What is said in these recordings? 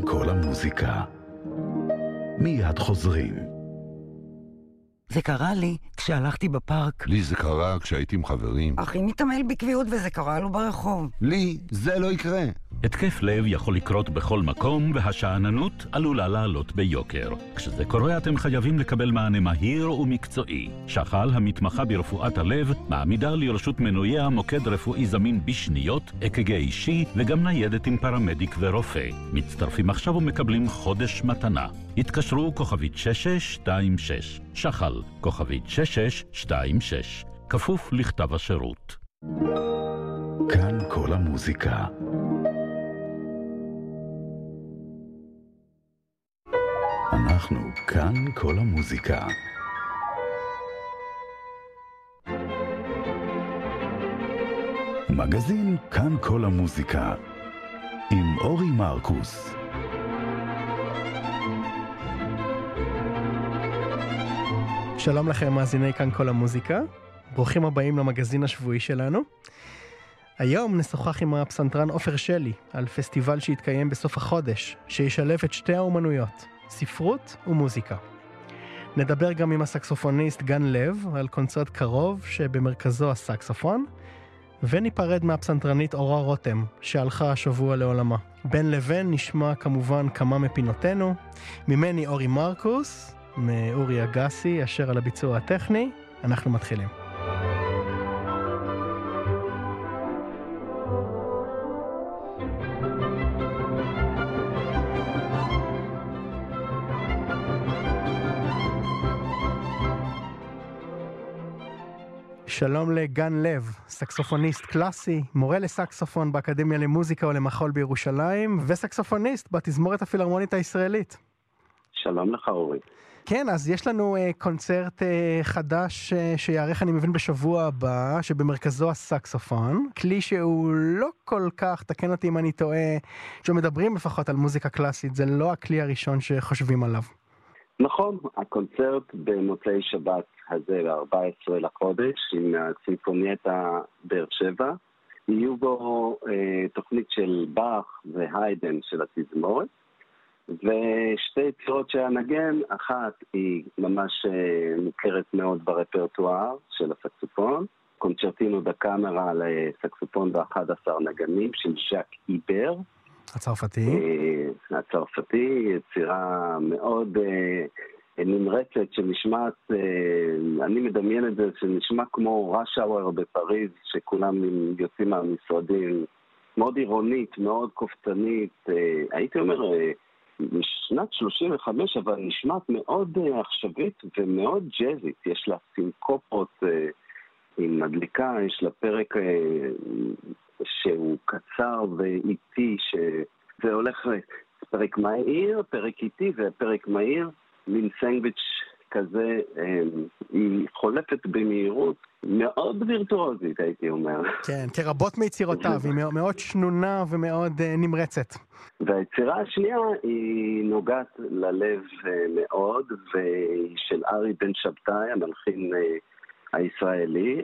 כל המוזיקה. מיד חוזרים. זה קרה לי כשהלכתי בפארק. לי זה קרה כשהייתי עם חברים. אחי מתעמל בקביעות וזה קרה לו ברחוב. לי זה לא יקרה. התקף לב יכול לקרות בכל מקום, והשאננות עלולה לעלות ביוקר. כשזה קורה אתם חייבים לקבל מענה מהיר ומקצועי. שחל, המתמחה ברפואת הלב, מעמידה לרשות מנוייה מוקד רפואי זמין בשניות, אק"ג אישי וגם ניידת עם פרמדיק ורופא. מצטרפים עכשיו ומקבלים חודש מתנה. התקשרו כוכבית 6626. שחל, כוכבית 6626. כפוף לכתב השירות. כאן כל המוזיקה. אנחנו כאן כל המוזיקה. מגזין כאן כל המוזיקה עם אורי מרקוס. שלום לכם מאזיני כאן כל המוזיקה, ברוכים הבאים למגזין השבועי שלנו. היום נשוחח עם הפסנתרן עופר שלי על פסטיבל שהתקיים בסוף החודש, שישלב את שתי האומנויות, ספרות ומוזיקה. נדבר גם עם הסקסופוניסט גן לב על קונצרט קרוב שבמרכזו הסקסופון, וניפרד מהפסנתרנית אורה רותם שהלכה השבוע לעולמה. בין לבין נשמע כמובן כמה מפינותינו, ממני אורי מרקוס, מאורי אגסי אשר על הביצוע הטכני. אנחנו מתחילים. שלום לגן לב, סקסופוניסט קלאסי, מורה לסקסופון באקדמיה למוזיקה ולמחול בירושלים, וסקסופוניסט בתזמורת הפילהרמונית הישראלית. שלום לך אורי. כן, אז יש לנו קונצרט חדש שיערך אני מבין בשבוע הבא, שבמרכזו הסקסופון, כלי שהוא לא כל כך, תקן אותי אם אני טועה, שמדברים לפחות על מוזיקה קלאסית, זה לא הכלי הראשון שחושבים עליו. נכון, הקונצרט במוצאי שבת הזה ב-14 לחודש עם הסימפונייטה באר שבע, יהיו בו תוכנית של באך והיידן של התזמורת, ושתי יצירות שהנגן, אחת היא ממש מוכרת מאוד ברפרטואר של הסקסופון, קונצ'רטינו דה קאמרה לסקסופון ב-11 נגנים של ז'אק איבר, הצרפתי, יצירה מאוד נמרצת שנשמעת, אני מדמיין את זה, שנשמע כמו ראש אאואר בפריז, שכולם יוצאים מהמשרדים, מאוד עירונית, מאוד קופצנית, הייתי אומר משנת 35, אבל נשמעת מאוד עכשווית ומאוד ג'אזית, יש לה סינקופות עם מדליקה, יש לה פרק שהוא קצר ואיטי, שזה הולך פרק מהיר, פרק איטי ופרק מהיר, מין סנדוויץ' כזה, היא חולפת במהירות מאוד וירטואוזית, הייתי אומר. כן, כרבות מיצירותיו, היא מאוד שנונה ומאוד נמרצת. והיצירה השנייה היא נוגעת ללב מאוד, והיא של ארי בן שבתאי, המלחין הישראלי,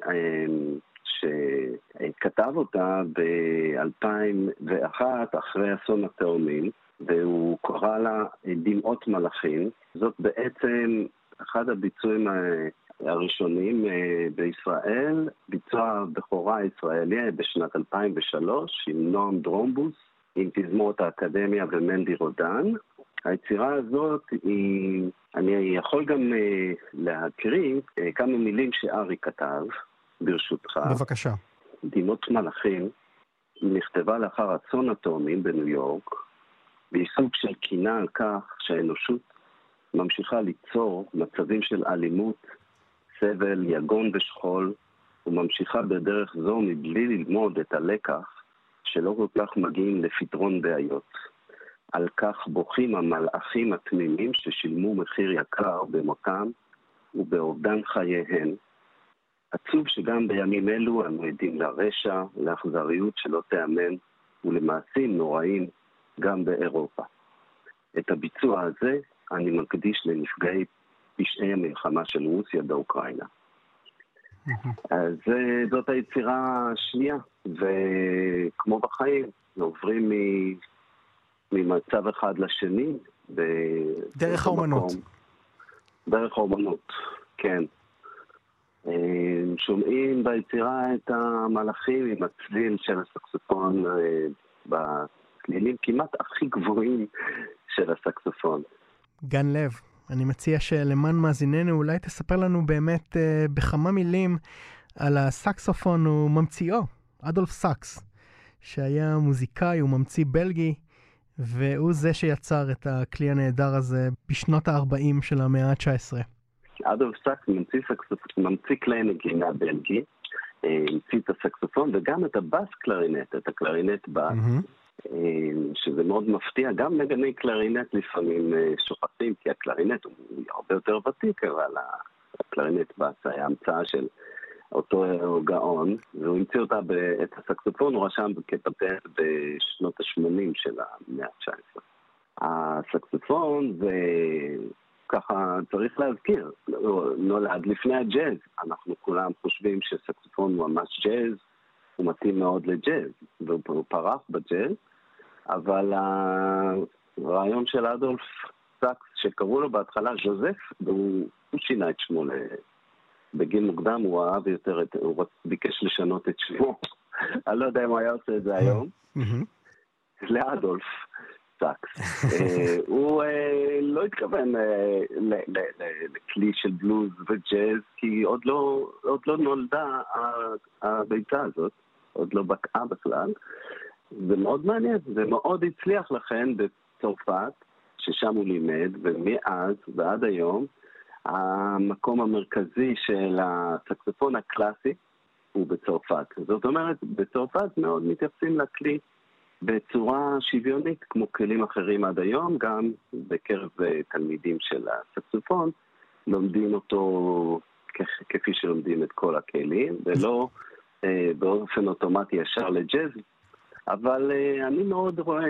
שכתב אותה ב-2001 אחרי אסון התאומים, והוא קורא לה דמעות מלאכים. זאת בעצם אחד הביצועים הראשונים בישראל, ביצוע בכורה ישראלי בשנת 2003 עם נועם דרומבוס, עם תזמורת האקדמיה ומנדי רודן. היצירה הזאת היא, אני יכול גם להקריא כמה מילים שארי כתב, ברשותך. בבקשה. דמעות מלאכים נכתבה לאחר אסון התאומים בניו יורק, והיא סוג של קינה על כך שהאנושות ממשיכה ליצור מצבים של אלימות, סבל, יגון ושכול, וממשיכה בדרך זו מבלי ללמוד את הלקח שלא כל כך מגיעים לפתרון בעיות. על כך בוכים המלאכים התמימים ששילמו מחיר יקר במותם ובאובדן חייהם. עצוב שגם בימים אלו אנו עדים לרשע, לאכזריות שלא תאמן ולמעשים נוראים גם באירופה. את הביצוע הזה אני מקדיש לנפגעי פשעי המלחמה של רוסיה באוקראינה. אז זאת היצירה השנייה, וכמו בחיים, עוברים ממצב אחד לשני. דרך האומנות. דרך האומנות, כן. שומעים ביצירה את המלאכים עם הצליל של הסקסופון בצלילים כמעט הכי גבוהים של הסקסופון. גן לב, אני מציע שלמען מאזיננו אולי תספר לנו באמת בכמה מילים על הסקסופון וממציאו, אדולף סאקס, שהיה מוזיקאי וממציא בלגי, והוא זה שיצר את הכלי הנהדר הזה בשנות ה-40 של המאה ה-19. אדולף סאקס ממציא כלי נגינה בלגי, המציא את הסקסופון וגם את הבאס קלרינט, את הקלרינט באס, שזה מאוד מפתיע. גם נגני קלרינט לפעמים שוכחים, כי הקלרינט הוא הרבה יותר ותיק, אבל הקלרינט באס היה המצאה של אותו גאון, והוא המציא אותה את הסקסופון, הוא רשם כפטנט בשנות ה-80 של המאה ה-19. הסקסופון זה, ככה צריך להזכיר, נולד לפני הג'אז. אנחנו כולם חושבים שסקסופון הוא ממש ג'אז, הוא מתאים מאוד לג'אז, והוא פרח בג'אז, אבל הרעיון של אדולף סאקס, שקראו לו בהתחלה ז'וזף, והוא שינה את שמו בגיל מוקדם, הוא אהב יותר, הוא ביקש לשנות את שמו. אני לא יודע אם הוא היה עושה את זה היום. לאדולף סאקס. הוא לא התכוון לכלי של בלוז וג'אז, כי עוד לא נולדה הביצה הזאת, עוד לא בקעה בכלל. זה מאוד מעניין, זה מאוד הצליח לכן בצרפת, ששם הוא לימד, ומאז ועד היום, המקום המרכזי של הסקסופון הקלאסי הוא בצרפת. זאת אומרת, בצרפת מאוד מתייחסים לכלי בצורה שוויונית, כמו כלים אחרים עד היום, גם בקרב תלמידים של הסקסופון, לומדים אותו כפי שלומדים את כל הכלים, ולא באופן אוטומטי ישר לג'אז, אבל אני מאוד רואה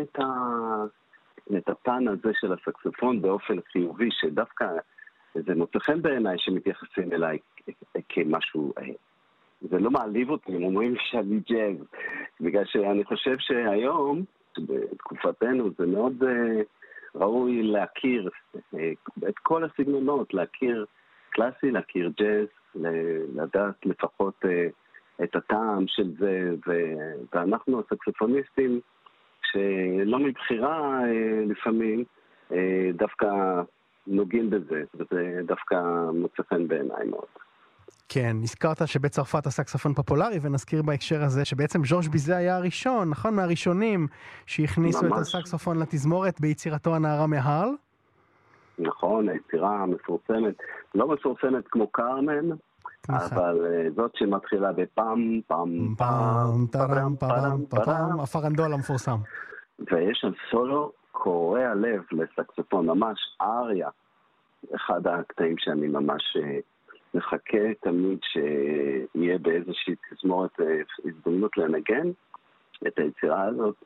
את הפן הזה של הסקסופון באופן חיובי, שדווקא זה מוצא חן בעיניי שמתייחסים אליי כמשהו, זה לא מעליב אותי, הם אומרים שאני ג'אז, בגלל שאני חושב שהיום, בתקופתנו, זה מאוד ראוי להכיר את כל הסגנונות, להכיר קלאסי, להכיר ג'אז, לדעת לפחות את הטעם של זה, ואנחנו הסקסופוניסטים, שלא מבחירה לפעמים, דווקא נוגעים בזה, וזה דווקא מוצא חן בעיניי מאוד. כן, הזכרת שבצרפת הסקסופון פופולרי, ונזכיר בהקשר הזה שבעצם ז'ורג' ביזה היה הראשון, נכון? מהראשונים שהכניסו את הסקסופון לתזמורת ביצירתו הנערה מהרל. נכון, היצירה מפורסמת, לא מפורסמת כמו קרמן, אבל זאת שמתחילה בפעם, פעם, פעם, פעם, פעם, פעם, הפרנדול המפורסם. ויש שם סולו קורע לב לסקסופון, ממש אריה, אחד הקטעים שאני ממש מחכה תמיד שיהיה באיזושהי תזמורת הזדמנות לנגן את היצירה הזאת,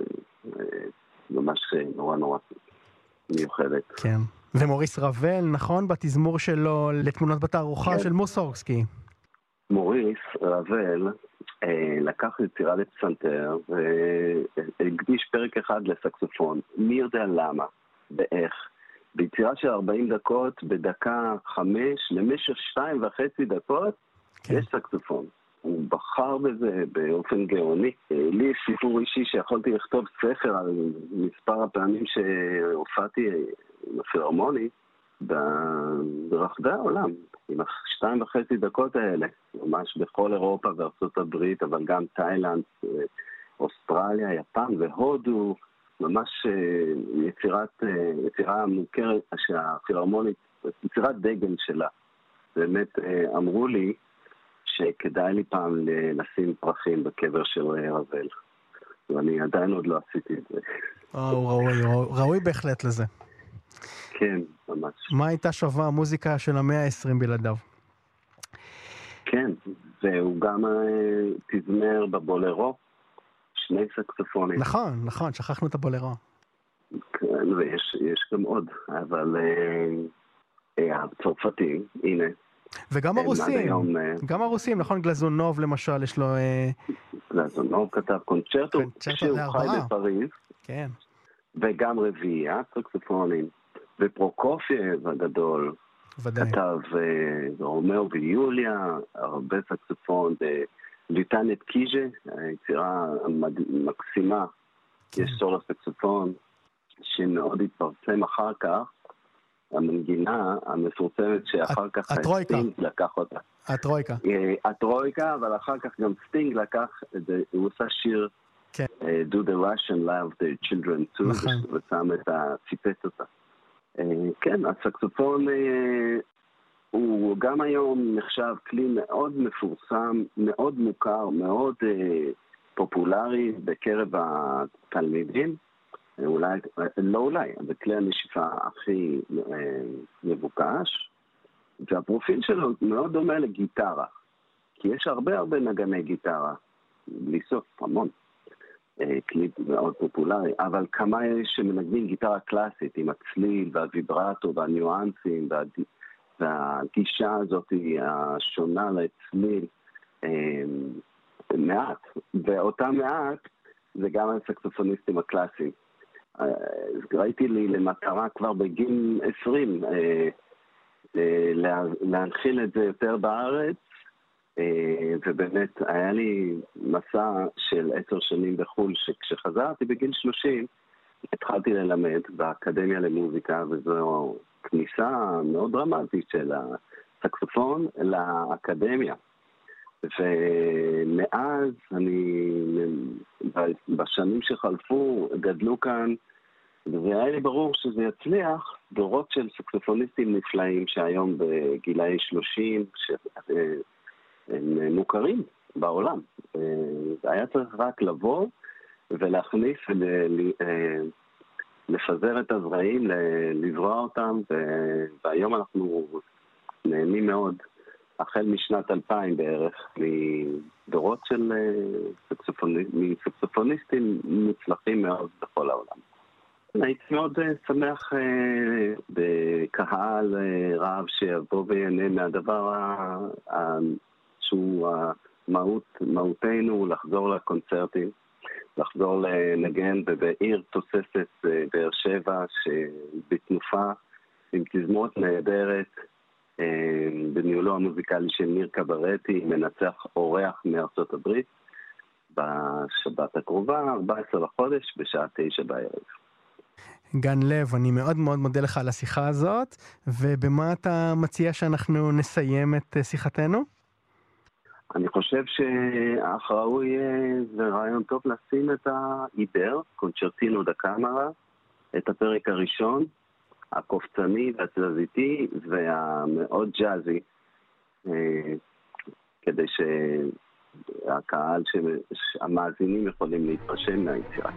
ממש נורא נורא מיוחדת. כן. ומוריס רבל, נכון? בתזמור שלו לתמונות בתערוכה של מוסורסקי. מוריס רבל לקח יצירה לפסנתר והקדיש פרק אחד לסקסופון. מי יודע למה? באיך? ביצירה של 40 דקות, בדקה 5, למשך 2.5 דקות, כן. יש סקסופון. הוא בחר בזה באופן גאוני. לי יש סיפור אישי שיכולתי לכתוב ספר על מספר הפעמים שהופעתי עם הפילהרמוני ברחבי העולם, עם 2.5 דקות האלה, ממש בכל אירופה וארצות הברית, אבל גם תאילנד, אוסטרליה, יפן והודו, ממש יצירה מוכרת שהפילהרמונית, יצירת דגל שלה. באמת אמרו לי שכדאי לי פעם לשים פרחים בקבר של רבל, ואני עדיין עוד לא עשיתי את זה. ראוי בהחלט לזה. כן, ממש. מה הייתה שווה המוזיקה של המאה ה-20 בלעדיו? כן, והוא גם תזמר בבולרו, 2 סקסופונים. נכון, שכחנו את הבולרו. כן, ויש גם עוד, אבל הצרפתים, הנה. וגם הרוסים, נכון? גלזונוב למשל, יש לו... גלזונוב כתב קונצ'רטו, כשהוא חי בפריז. כן. וגם רביעיית סקסופונים, ופרוקופייב הגדול, ודאי. כתב רומאו ויוליה, הרבה סקסופון, ליטנט קיז'ה, היצירה המקסימה, יש סולו סקסופון, שמאוד התפרסם אחר כך, המנגינה המפורסמת שאחר כך סטינג לקח אותה. הטרויקה. הטרויקה, אבל אחר כך גם סטינג לקח, הוא עושה שיר, Do the Russian Love the Children Too, ושם את הציפט אותה. כן, הסקסופון הוא גם היום נחשב כלי מאוד מפורסם, מאוד מוכר, מאוד פופולרי בקרב התלמידים. אולי, לא אולי, זה כלי הנשיפה הכי מבוקש, והפרופיל שלו מאוד דומה לגיטרה, כי יש הרבה נגני גיטרה, בלי סוף, המון, כלי מאוד פופולרי, אבל כמה שמנגנים גיטרה קלאסית, עם הצליל והוויברטו והניואנסים והגישה הזאת השונה לצליל, מעט, ואותה מעט זה גם הסקסופוניסטים הקלאסיים. ראיתי לי למטרה כבר בגיל 20 להנחיל את זה יותר בארץ, ובאמת היה לי מסע של 10 שנים בחול, שכשחזרתי בגיל 30 התחלתי ללמד באקדמיה למוזיקה, וזו כניסה מאוד דרמטית של הסקסופון לאקדמיה. ומאז בשנים שחלפו גדלו כאן, והיה לי ברור שזה יצליח, דורות של סקסופוניסטים נפלאים שהיום בגילאי 30 שהם מוכרים בעולם. היה צריך רק לבוא ולהכניס לפזר את הזרעים, לזרוע אותם, והיום אנחנו נהנים מאוד החל משנת 2000 בערך, מדורות של סקסופוניסטים מוצלחים מאוד בכל העולם. הייתי מאוד שמח בקהל רב שיבוא ויהנה מהדבר שהוא מהותנו, לחזור לקונצרטים, לחזור לנגן בעיר תוססת באר שבע שבתנופה עם תזמורת נהדרת, בניהולו המוזיקלי של ניר קברטי, מנצח אורח מארצות הברית, בשבת הקרובה, 14 לחודש, בשעה 9 בערב. גן לב, אני מאוד מאוד מודה לך על השיחה הזאת, ובמה אתה מציע שאנחנו נסיים את שיחתנו? אני חושב שהאחראוי זה רעיון טוב לשים את האיבר, קונצ'רטינו דה קאמרה, את הפרק הראשון, הקופצני והתזזיתי והמאוד ג'אזי, כדי שהקהל, המאזינים יכולים להתרשם מהיצירה.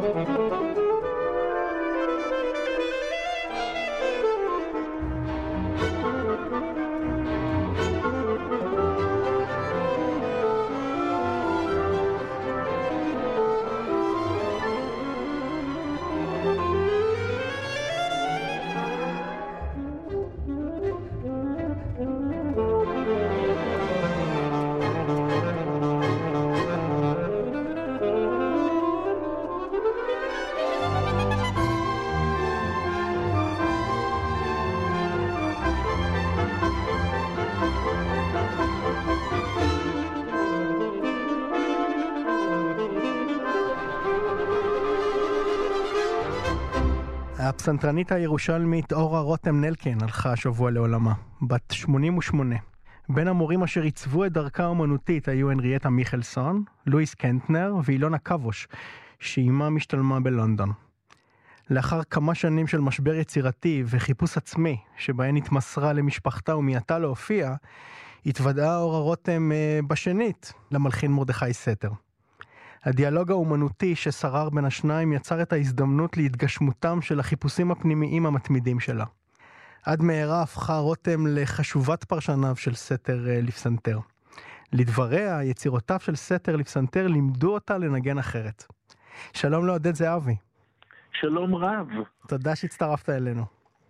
הפסנתרנית הירושלמית אורה רותם נלקן הלכה השבוע לעולמה, בת 88. בין המורים אשר עיצבו את דרכה האומנותית היו הנריאטה מיכלסון, לואיס קנטנר ואילונה קבוש, שאימה השתלמה בלונדון. לאחר כמה שנים של משבר יצירתי וחיפוש עצמי, שבהן התמסרה למשפחתה ומיעטה להופיע, התוודעה אורה רותם בשנית למלחין מרדכי סתר. הדיאלוג האומנותי ששרר בין השניים יצר את ההזדמנות להתגשמותם של החיפושים הפנימיים המתמידים שלה. עד מהרה הפכה רותם לחשובת פרשניו של סתר לפסנתר. לדבריה, יצירותיו של סתר לפסנתר לימדו אותה לנגן אחרת. שלום לעודד זהבי. שלום רב. תודה שהצטרפת אלינו.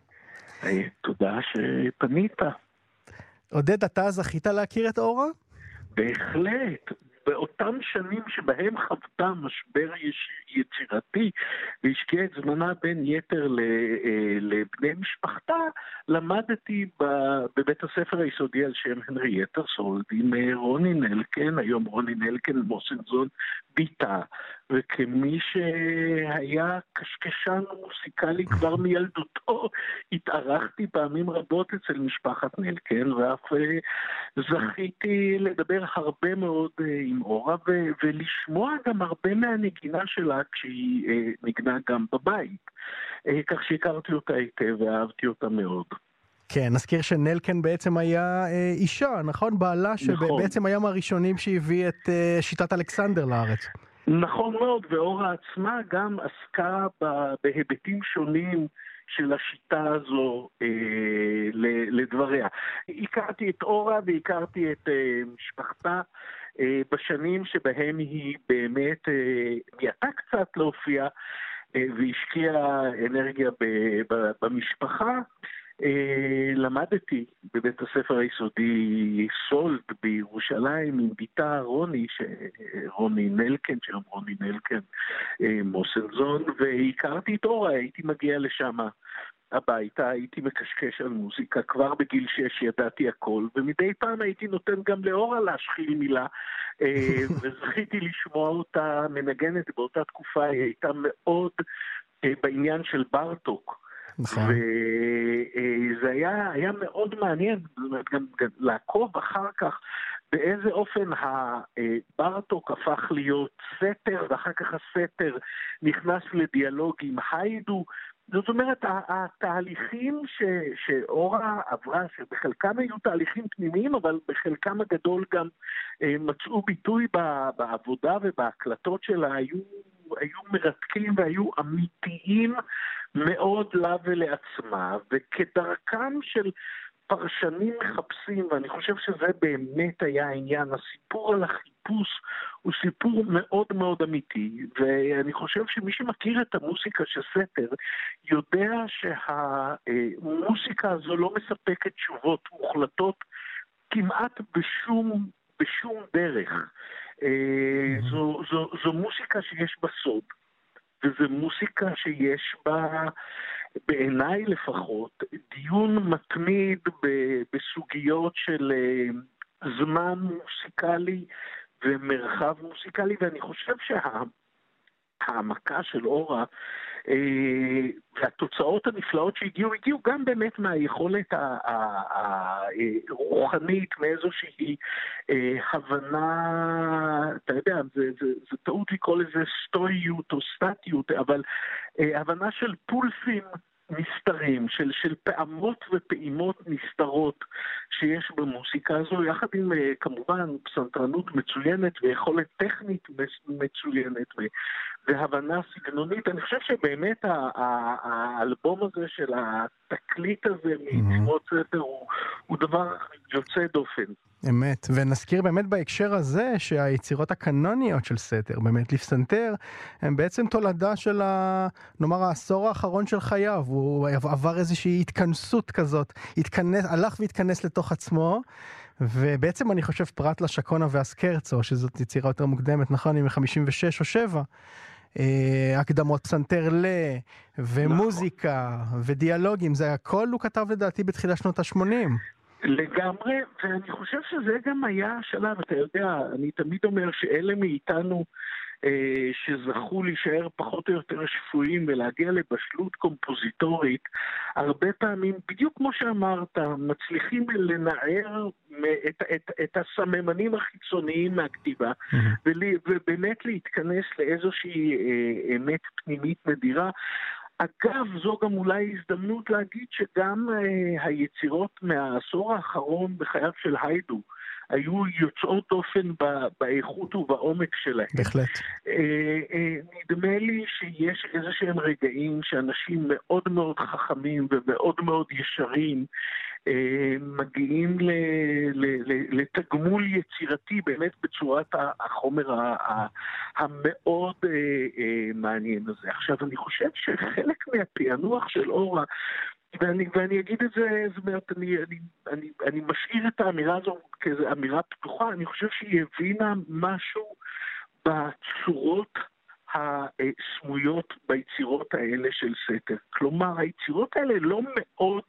תודה שפנית. עודד, אתה זכית להכיר את אורה? בהחלט. באותם שנים שבהם חוותה משבר יצירתי והשקיעה את זמנה בין יתר לבני משפחתה, למדתי בבית הספר היסודי על שם הנריאטה סולד עם רוני נלקן, היום רוני נלקן מוסנזון ביתה, וכמי שהיה קשקשן מוסיקלי כבר מילדותו, התארחתי פעמים רבות אצל משפחת נלקן, ואף זכיתי לדבר הרבה מאוד עם אורה, ולשמוע גם הרבה מהנגינה שלה כשהיא נגנה גם בבית. כך שהכרתי אותה היטב ואהבתי אותה מאוד. כן, נזכיר שנלקן בעצם היה אישה, נכון? בעלה שבעצם היה מהראשונים שהביא את שיטת אלכסנדר לארץ. נכון מאוד, ואורה עצמה גם עסקה בהיבטים שונים של השיטה הזו לדבריה. הכרתי את אורה והכרתי את משפחתה בשנים שבהם היא באמת מיעטה קצת להופיע והשקיעה אנרגיה במשפחה. למדתי בבית הספר היסודי סולד בירושלים עם ביתה רוני נלקן, שם רוני נלקן מוסנזון, והכרתי את אורה, הייתי מגיע לשם הביתה, הייתי מקשקש על מוזיקה, כבר בגיל 6 ידעתי הכל, ומדי פעם הייתי נותן גם לאורה להשחיל מילה, וזכיתי לשמוע אותה מנגנת. באותה תקופה היא הייתה מאוד בעניין של ברטוק, וזה היה מאוד מעניין גם לעקוב אחר כך באיזה אופן הברטוק הפך להיות סתר, ואחר כך הסתר נכנס לדיאלוג עם היידו. זאת אומרת, התהליכים שאורה עברה, שבחלקם היו תהליכים פנימיים, אבל בחלקם הגדול גם מצאו ביטוי בעבודה ובהקלטות שלה, היו מרתקים והיו אמיתיים מאוד לה ולעצמה, וכדרכם של פרשנים מחפשים, ואני חושב שזה באמת היה העניין, הסיפור על החיפוש הוא סיפור מאוד מאוד אמיתי, ואני חושב שמי שמכיר את המוסיקה של סתר יודע שהמוסיקה הזו לא מספקת תשובות מוחלטות כמעט בשום דרך. זו מוסיקה שיש בה סוד, וזו מוסיקה שיש בה, בעיניי לפחות, דיון מתמיד בסוגיות של זמן מוסיקלי ומרחב מוסיקלי, ואני חושב שהעמקה של אורה והתוצאות הנפלאות הגיעו גם באמת מהיכולת הרוחנית, מאיזושהי הבנה, אתה יודע, זה טעות לקרוא לזה סטואיות או סטטיות, אבל הבנה של פולסים נסתרים, של פעמות ופעימות נסתרות שיש במוסיקה הזו, יחד עם כמובן פסנתרנות מצוינת ויכולת טכנית מצוינת והבנה סגנונית. אני חושב שבאמת האלבום הזה של התקליט הזה מיצירות סתר הוא דבר יוצא דופן. אמת, ונזכיר באמת בהקשר הזה שהיצירות הקנוניות של סתר, באמת לפסנתר, הם בעצם תולדה של נאמר העשור האחרון של חייו. הוא עבר איזושהי התכנסות כזאת, הלך והתכנס לתוך עצמו, ובעצם אני חושב פרט לשקונה והסקרצו, שזאת יצירה יותר מוקדמת, נכון, היא מ-56 או 7, הקדמות פסנתר ומוזיקה ודיאלוגים, זה הכל הוא כתב לדעתי בתחילת שנות ה-80. לגמרי, ואני חושב שזה גם היה השלב, אתה יודע, אני תמיד אומר שאלה מאיתנו שזכו להישאר פחות או יותר שפויים ולהגיע לבשלות קומפוזיטורית, הרבה פעמים, בדיוק כמו שאמרת, מצליחים לנער את הסממנים החיצוניים מהכתיבה, ובאמת להתכנס לאיזושהי אמת פנימית נדירה. אגב, זו גם אולי הזדמנות להגיד שגם היצירות מהעשור האחרון בחייו של היידו היו יוצאות דופן באיכות ובעומק שלהם. בהחלט. נדמה לי שיש איזה שהם רגעים שאנשים מאוד מאוד חכמים ומאוד מאוד ישרים מגיעים לתגמול יצירתי באמת בצורת החומר המאוד מעניין הזה. עכשיו, אני חושב שחלק מהפענוח של אורה, ואני אגיד את זה, זאת אומרת, אני משאיר את האמירה הזו כאיזו אמירה פתוחה, אני חושב שהיא הבינה משהו בצורות הסמויות ביצירות האלה של סתר. כלומר, היצירות האלה לא מאוד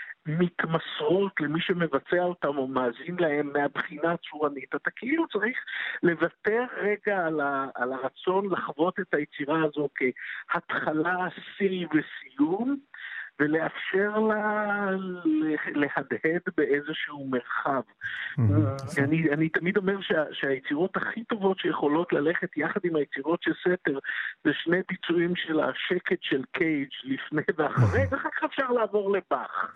מתמסרות למי שמבצע אותם או מאזין להם מהבחינה הצורנית. אתה כאילו צריך לוותר רגע על הרצון לחוות את היצירה הזו כהתחלה, שיא וסיום, ולאפשר לה להדהד באיזשהו מרחב. אני תמיד אומר שהיצירות הכי טובות שיכולות ללכת יחד עם היצירות של סתר, זה שני ביצועים של השקט של קייג' לפני ואחרי, ואחר כך אפשר לעבור לבח.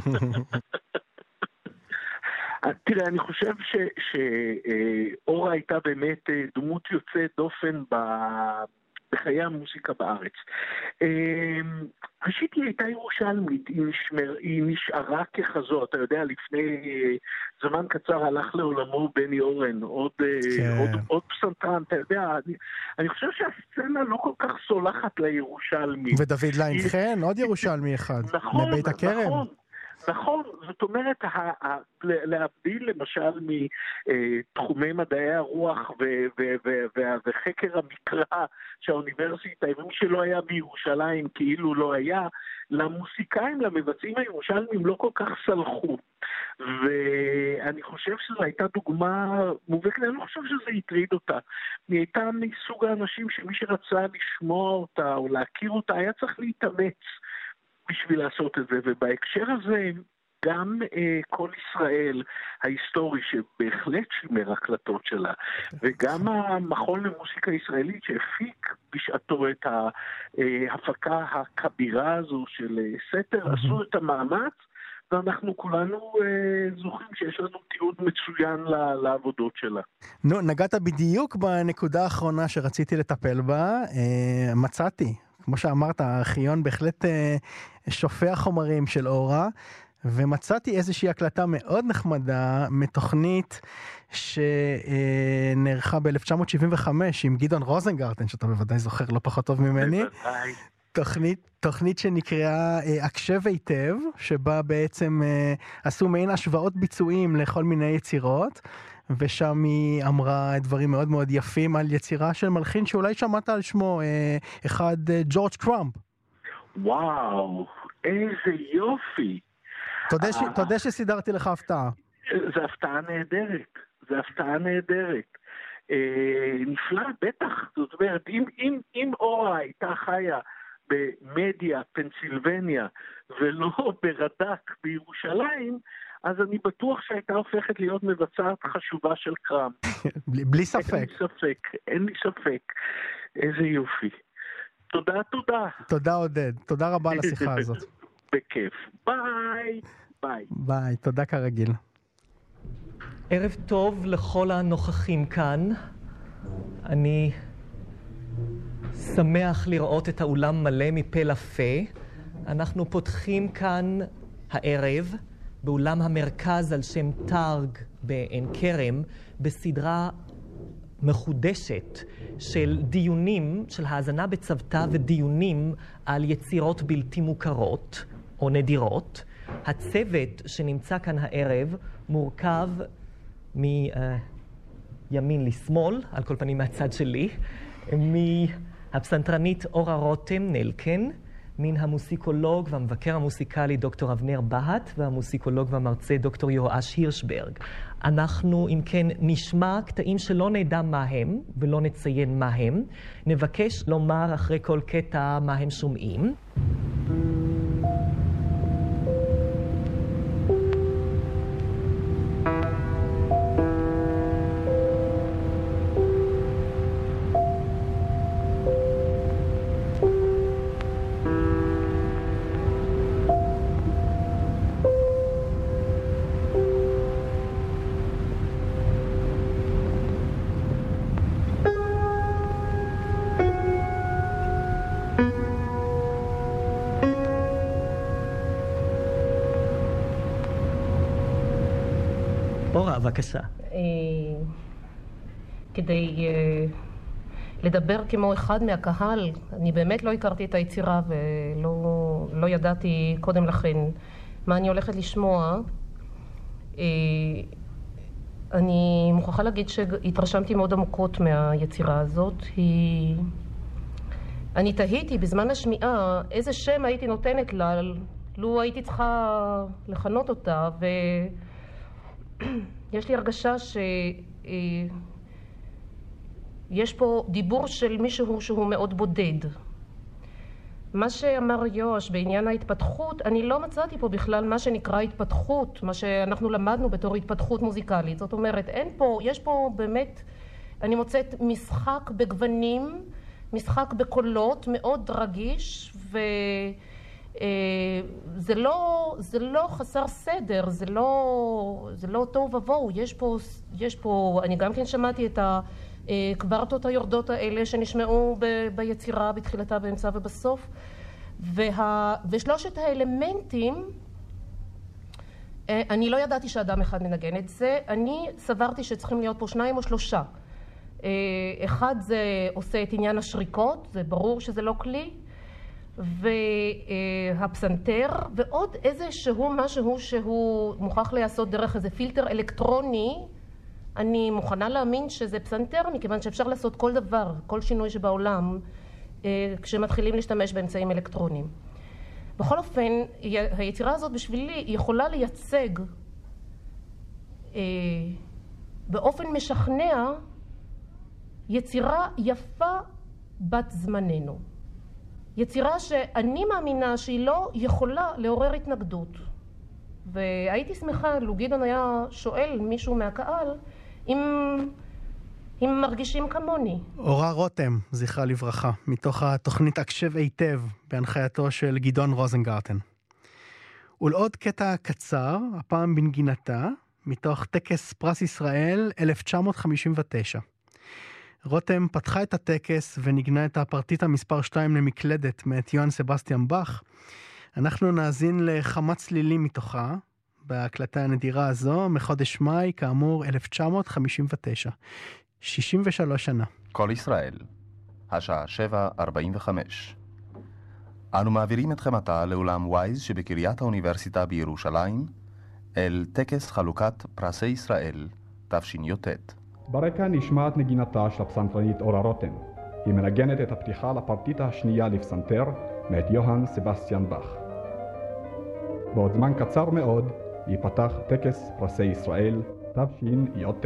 תראה, אני חושב שאורה הייתה באמת דמות יוצאת דופן בחיי המוסיקה בארץ. ראשית, היא הייתה ירושלמית, היא נשארה ככזו. אתה יודע, לפני זמן קצר הלך לעולמו בני אורן, עוד פסנתרן. אתה יודע, אני חושב שהסצנה לא כל כך סולחת לירושלמי. ודוד ליין-חן, עוד ירושלמי אחד. נכון, מבית הכרם. נכון, זאת אומרת, להבדיל למשל מתחומי מדעי הרוח וחקר המקרא שהאוניברסיטה, ומי שלא היה בירושלים כאילו לא היה, למוסיקאים, למבצעים הירושלמים לא כל כך סלחו. ואני חושב שזו הייתה דוגמה מובהקת, אני לא חושב שזה הטריד אותה. היא הייתה מסוג האנשים שמי שרצה לשמוע אותה או להכיר אותה היה צריך להתאמץ בשביל לעשות את זה, ובהקשר הזה גם כל ישראל ההיסטורי שבהחלט שימר הקלטות שלה, וגם המכון למוסיקה ישראלית שהפיק בשעתו את ההפקה הכבירה הזו של סתר, עשו את המאמץ, ואנחנו כולנו זוכרים שיש לנו תיעוד מצוין לעבודות שלה. נו, נגעת בדיוק בנקודה האחרונה שרציתי לטפל בה, מצאתי. כמו שאמרת, הארכיון בהחלט שופע חומרים של אורה, ומצאתי איזושהי הקלטה מאוד נחמדה מתוכנית שנערכה ב-1975 עם גדעון רוזנגרטן, שאתה בוודאי זוכר לא פחות טוב ממני. תוכנית שנקראה הקשב היטב, שבה בעצם עשו מעין השוואות ביצועים לכל מיני יצירות, ושם היא אמרה דברים מאוד מאוד יפים על יצירה של מלחין שאולי שמעת על שמו, אחד ג'ורג' קראמפ. וואו, איזה יופי. תודה שסידרתי לך הפתעה. זה הפתעה נהדרת, זה הפתעה נהדרת. נפלא, בטח. זאת אומרת, אם אורה הייתה חיה במדיה, פנסילבניה, ולא ברד"ק בירושלים, אז אני בטוח שהייתה הופכת להיות מבצעת חשובה של קראמפ. בלי ספק. אין לי ספק. איזה יופי. תודה. תודה עודד, תודה רבה על השיחה הזאת. בכיף. ביי. ביי, תודה כרגיל. ערב טוב לכל הנוכחים כאן. אני שמח לראות את האולם מלא מפה לפה. אנחנו פותחים כאן הערב באולם המרכז על שם תרג בעין כרם בסדרה מחודשת של דיונים, של האזנה בצוותא ודיונים על יצירות בלתי מוכרות או נדירות. הצוות שנמצא כאן הערב מורכב מימין לשמאל, על כל פנים מהצד שלי, מהפסנתרנית אורה רותם נלקן, מן המוסיקולוג והמבקר המוסיקלי דוקטור אבנר בהט, והמוסיקולוג והמרצה דוקטור יואש הירשברג. אנחנו, אם כן, נשמע קטעים שלא נדע מה הם, ולא נציין מה הם. נבקש לומר אחרי כל קטע מה הם שומעים. אורה, בבקשה. כדי לדבר כמו אחד מהקהל, אני באמת לא הכרתי את היצירה ולא ידעתי קודם לכן מה אני הולכת לשמוע. אני מוכרחה להגיד שהתרשמתי מאוד עמוקות מהיצירה הזאת. אני תהיתי בזמן השמיעה איזה שם הייתי נותנת לה, לו הייתי צריכה לכנות אותה, יש לי הרגשה שיש פה דיבור של מישהו שהוא מאוד בודד. מה שאמר יואש בעניין ההתפתחות, אני לא מצאתי פה בכלל מה שנקרא התפתחות, מה שאנחנו למדנו בתור התפתחות מוזיקלית. זאת אומרת, יש פה באמת, אני מוצאת משחק בגוונים, משחק בקולות מאוד רגיש, זה לא חסר סדר, זה לא טוב ובואו. יש פה, אני גם כן שמעתי את הקוורטות היורדות האלה שנשמעו ביצירה בתחילתה, באמצע ובסוף, ושלושת האלמנטים, אני לא ידעתי שאדם אחד מנגן את זה. אני סברתי שצריכים להיות פה 2 או 3. אחד זה עושה את עניין השריקות, זה ברור שזה לא כלי, והפסנתר, ועוד איזשהו משהו שהוא מוכרח לעשות דרך איזה פילטר אלקטרוני. אני מוכנה להאמין שזה פסנתר, מכיוון שאפשר לעשות כל דבר, כל שינוי שבעולם, כשמתחילים להשתמש באמצעים אלקטרוניים. בכל אופן, היצירה הזאת בשבילי יכולה לייצג באופן משכנע יצירה יפה בת זמננו. יצירה שאני מאמינה שהיא לא יכולה לעורר התנגדות. והייתי שמחה, לו גדעון היה שואל מישהו מהקהל, אם מרגישים כמוני. אורה רותם, זכרה לברכה, מתוך התוכנית הקשב היטב, בהנחייתו של גדעון רוזנגרטן. ולעוד קטע קצר, הפעם בנגינתה, מתוך טקס פרס ישראל 1959. רותם פתחה את הטקס ונגנה את הפרטיטה מספר 2 למקלדת מאת יוהאן סבסטיאן באך. אנחנו נאזין לכמה צלילים מתוכה, בהקלטה הנדירה הזו, מחודש מאי, כאמור 1959. 63 שנה. כל ישראל, השעה 7:45. אנו מעבירים אתכם עתה לאולם וייז שבקריית האוניברסיטה בירושלים, אל טקס חלוקת פרסי ישראל, תשי"ט. ברקע נשמעת נגינתה של הפסנתרנית אורה רותם. היא מנגנת את הפתיחה לפרטיטה השנייה לפסנתר מאת יוהאן סבסטיאן באך. בעוד זמן קצר מאוד ייפתח טקס פרסי ישראל תשי"ט.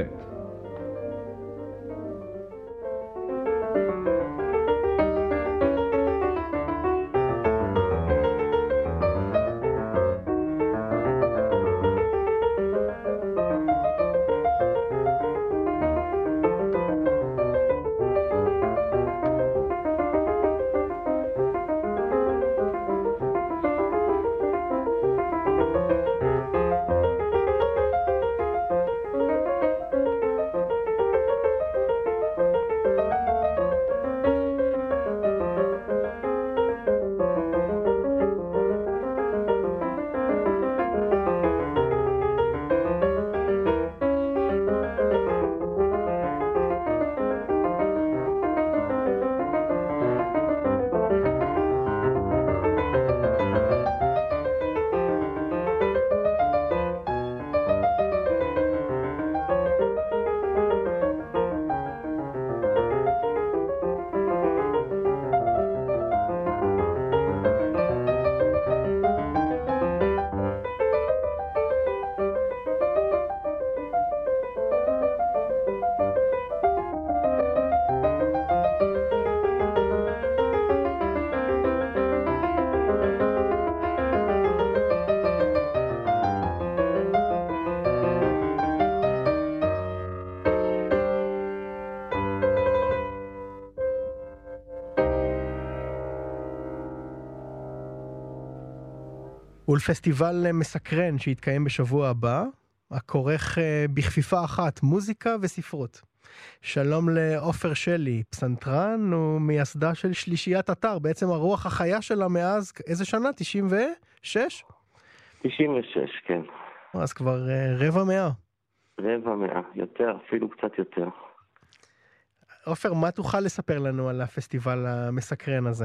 ולפסטיבל מסקרן שיתקיים בשבוע הבא, הכורך בכפיפה אחת מוזיקה וספרות. שלום לעופר שלי, פסנתרן ומייסדה של שלישיית אתר, בעצם הרוח החיה שלה מאז, איזה שנה? 96? 96, כן. אז כבר רבע מאה. רבע מאה, יותר, אפילו קצת יותר. עופר, מה תוכל לספר לנו על הפסטיבל המסקרן הזה?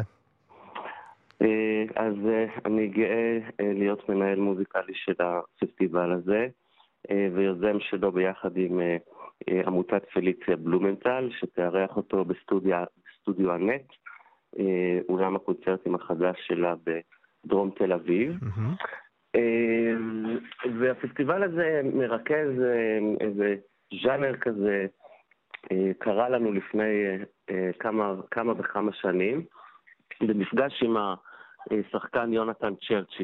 אז אני גאה להיות מנהל מוזיקלי של הפסטיבל הזה, ויוזם שלו ביחד עם עמותת פליציה בלומנטל, שתארח אותו בסטודיו הנט, אולם הקונצרטים החדש שלה בדרום תל אביב. והפסטיבל הזה מרכז איזה ז'אנר כזה, קרה לנו לפני כמה וכמה שנים, במפגש עם השחקן יונתן צ'רצ'י.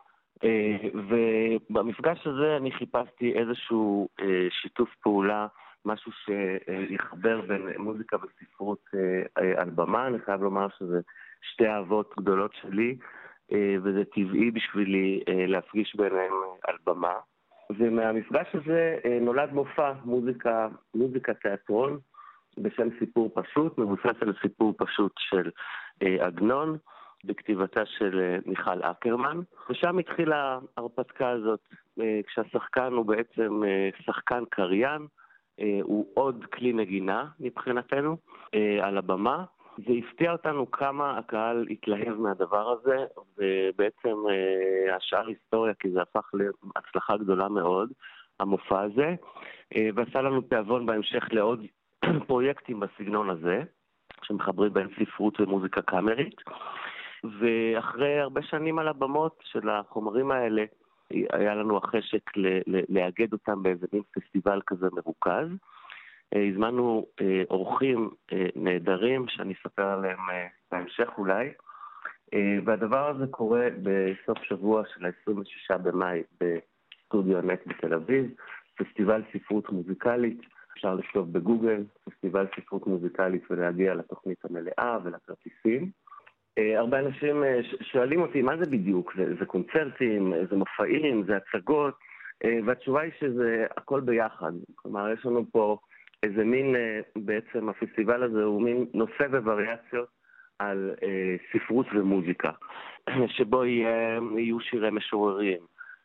ובמפגש הזה אני חיפשתי איזשהו שיתוף פעולה, משהו שיחבר בין מוזיקה וספרות על במה. אני חייב לומר שזה שתי אהבות גדולות שלי, וזה טבעי בשבילי להפגיש ביניהם על במה. ומהמפגש הזה נולד מופע מוזיקה תיאטרון בשם סיפור פשוט, מבוסס על סיפור פשוט של עגנון, בכתיבתה של מיכל אקרמן. ושם התחילה ההרפתקה הזאת, כשהשחקן הוא בעצם שחקן קריין, הוא עוד כלי נגינה מבחינתנו על הבמה. זה הפתיע אותנו כמה הקהל התלהב מהדבר הזה, ובעצם השאר היסטוריה, כי זה הפך להצלחה גדולה מאוד, המופע הזה, ועשה לנו תיאבון בהמשך לעוד פרויקטים בסגנון הזה, שמחברים בין ספרות ומוזיקה קאמרית. ואחרי הרבה שנים על הבמות של החומרים האלה, היה לנו החשק לאגד אותם באיזה מין פסטיבל כזה מרוכז. הזמנו אורחים נהדרים, שאני אספר עליהם בהמשך אולי, והדבר הזה קורה בסוף שבוע של ה-26 במאי בסטודיו הנט בתל אביב, פסטיבל ספרות מוזיקלית, אפשר לכתוב בגוגל, פסטיבל ספרות מוזיקלית ולהגיע לתוכנית המלאה ולכרטיסים. הרבה אנשים שואלים אותי, מה זה בדיוק? זה קונצרטים, זה מופעים, זה הצגות, והתשובה היא שזה הכל ביחד. כלומר, יש לנו פה איזה מין, בעצם הפסטיבל הזה הוא מין נושא ווריאציות על ספרות ומוזיקה, שבו יהיו שירי משוררים,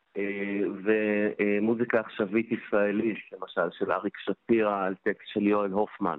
ומוזיקה עכשווית ישראלית, למשל, של אריק שפירא על טקסט של יואל הופמן,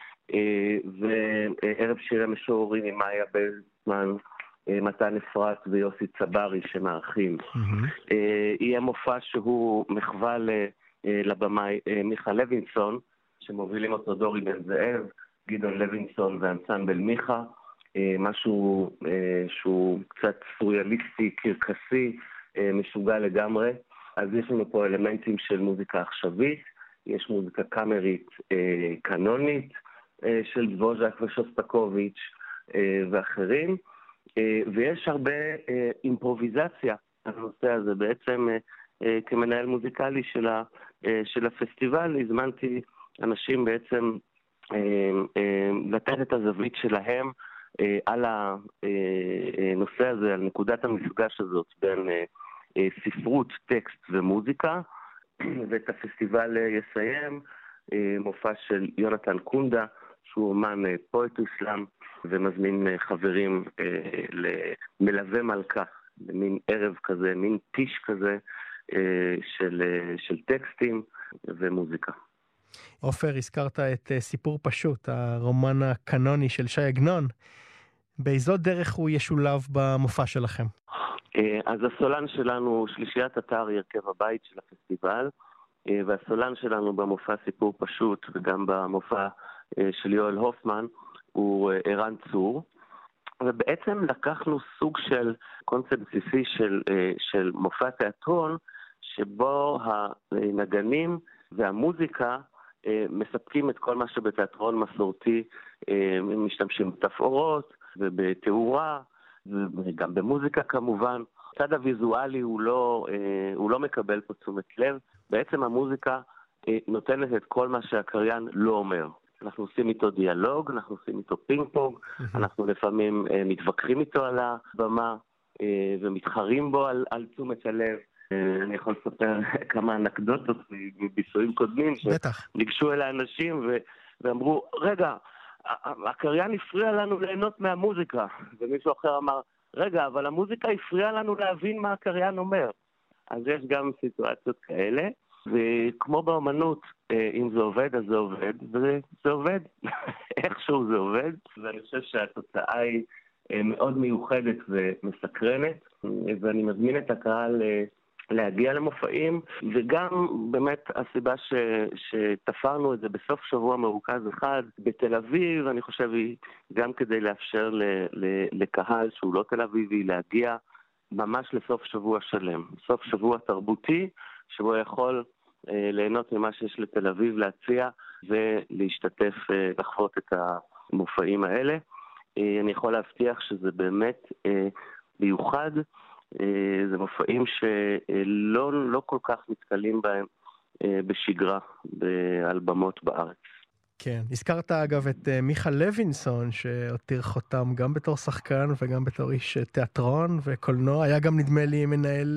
וערב שירי משוררים עם מאיה בזמן, מתן אפרת ויוסי צברי שמארחים. יהיה מופע שהוא מחווה לבמאי מיכה לוינסון, שמובילים אותו דורי בן זאב, גדעון לוינסון ואנסמבל מיכה, משהו שהוא קצת סוריאליסטי, קרקסי, משוגע לגמרי. אז יש לנו פה אלמנטים של מוזיקה עכשווית, יש מוזיקה קאמרית קנונית של דבוז'ק ושוסטקוביץ' ואחרים, ויש הרבה אימפרוביזציה על הנושא הזה. בעצם כמנהל מוזיקלי של הפסטיבל הזמנתי אנשים בעצם לתת את הזווית שלהם על הנושא הזה, על נקודת המפגש הזאת בין ספרות, טקסט ומוזיקה. ואת הפסטיבל יסיים מופע של יונתן קונדה, שהוא אומן פואטוס סלאם, ומזמין חברים למלווה מלכה, מין ערב כזה, מין טיש כזה של טקסטים ומוזיקה. עופר, הזכרת את סיפור פשוט, הרומן הקנוני של ש"י עגנון. באיזו דרך הוא ישולב במופע שלכם? אז הסולן שלנו, שלישיית אתר, היא הרכב הבית של הפסטיבל, והסולן שלנו במופע סיפור פשוט, וגם במופע של יואל הופמן, הוא ערן צור. ובעצם לקחנו סוג של קונספט בסיסי של מופע תיאטרון, שבו הנגנים והמוזיקה מספקים את כל מה שבתיאטרון מסורתי, משתמשים בתפאורות ובתאורה, וגם במוזיקה כמובן. הצד הוויזואלי הוא לא מקבל פה תשומת לב. בעצם המוזיקה נותנת את כל מה שהקריין לא אומר. אנחנו עושים איתו דיאלוג, אנחנו עושים איתו פינג פונג, אנחנו לפעמים מתווכחים איתו על הבמה, ומתחרים בו על תשומת הלב. אני יכול לספר כמה אנקדוטות מביצועים קודמים, שניגשו אל האנשים ואמרו, רגע, הקריין הפריע לנו ליהנות מהמוזיקה, ומישהו אחר אמר, רגע, אבל המוזיקה הפריעה לנו להבין מה הקריין אומר. אז יש גם סיטואציות כאלה, וכמו באמנות, אם זה עובד, אז זה עובד, וזה עובד. איכשהו זה עובד, ואני חושב שהתוצאה היא מאוד מיוחדת ומסקרנת, ואני מזמין את הקהל להגיע למופעים, וגם באמת הסיבה שתפרנו את זה בסוף שבוע מרוכז אחד בתל אביב, אני חושב היא גם כדי לאפשר לקהל שהוא לא תל אביבי להגיע ממש לסוף שבוע שלם, סוף שבוע תרבותי, שבו יכול ליהנות ממה שיש לתל אביב להציע ולהשתתף, לחוות את המופעים האלה. אני יכול להבטיח שזה באמת מיוחד, זה מופעים שלא כל כך מתקלים בהם בשגרה, על במות בארץ. כן, הזכרת אגב את מיכה לוינסון, שהותיר חותם גם בתור שחקן וגם בתור איש תיאטרון וקולנוע, היה גם נדמה לי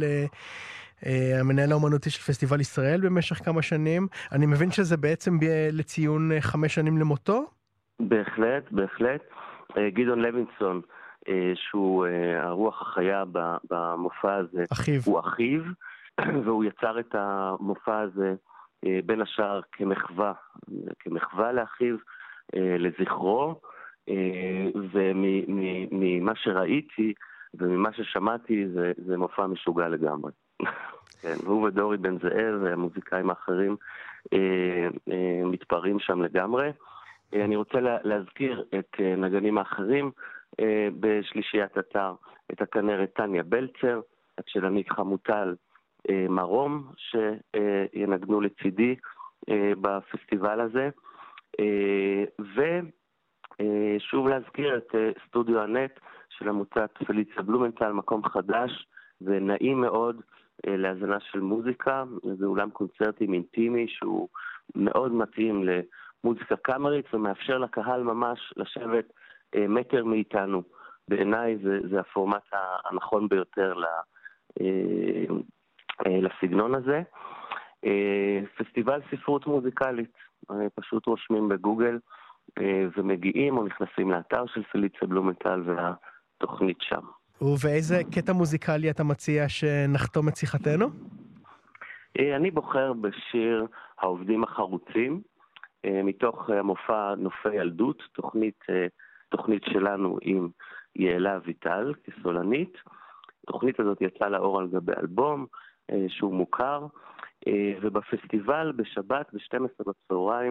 המנהל האומנותי של פסטיבל ישראל במשך כמה שנים. אני מבין שזה בעצם לציון 5 שנים למותו? בהחלט, בהחלט. גדעון לוינסון, שהוא הרוח החיה במופע הזה, הוא אחיו, והוא יצר את המופע הזה בין השאר כמחווה לאחיו, לזכרו, וממה שראיתי וממה ששמעתי זה מופע משוגע לגמרי. כן, והוא ודורי בן זאב והמוזיקאים האחרים מתפרעים שם לגמרי. אני רוצה להזכיר את נגנים האחרים בשלישיית אתר, את הכנרת טניה בלצר, את שלנית חמוטל מרום, שינגנו לצידי בפסטיבל הזה, ושוב להזכיר את סטודיו הנט של עמותת פליציה בלומנטל, מקום חדש ונעים מאוד להזנה של מוזיקה. זה אולם קונצרטים אינטימי שהוא מאוד מתאים למוזיקה קאמרית ומאפשר לקהל ממש לשבת מטר מאיתנו. בעיניי זה הפורמט הנכון ביותר לסגנון הזה. פסטיבל ספרות מוזיקלית, פשוט רושמים בגוגל ומגיעים או נכנסים לאתר של פליציה בלומנטל והתוכנית שם. ובאיזה קטע מוזיקלי אתה מציע שנחתום את שיחתנו? אני בוחר בשיר העובדים החרוצים, מתוך המופע נופי ילדות, תוכנית שלנו עם יעלה אביטל כסולנית. התוכנית הזאת יצאה לאור על גבי אלבום שהוא מוכר, ובפסטיבל בשבת ב-12 בצהריים,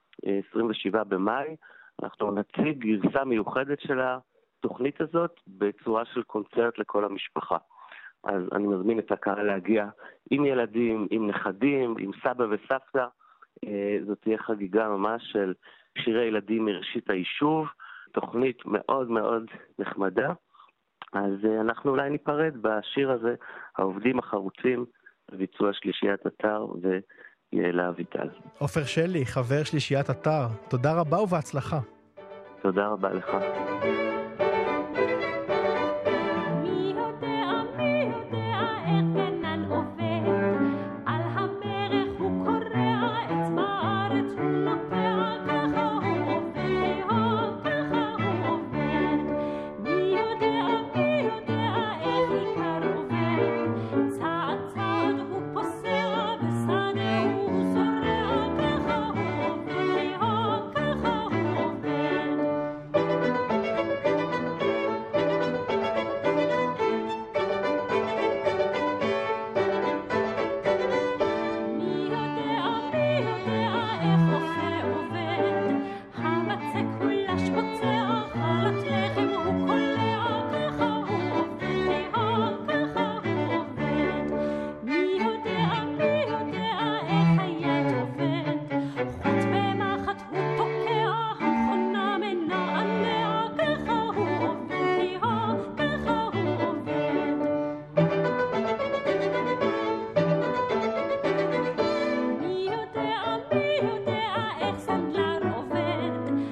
27 במאי, אנחנו נציג גרסה מיוחדת של התוכנית הזאת בצורה של קונצרט לכל המשפחה. אז אני מזמין את הקהל להגיע עם ילדים, עם נכדים, עם סבא וסבתא. זאת תהיה חגיגה ממש של שירי ילדים מראשית היישוב, תוכנית מאוד מאוד נחמדה. אז אנחנו אולי ניפרד בשיר הזה, העובדים החרוצים, ביצוע שלישיית אתר ויעלה אביטל. עופר שלי, חבר שלישיית אתר, תודה רבה ובהצלחה. תודה רבה לך.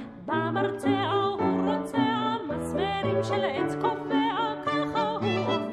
של עץ קובע, ככה הוא עובד.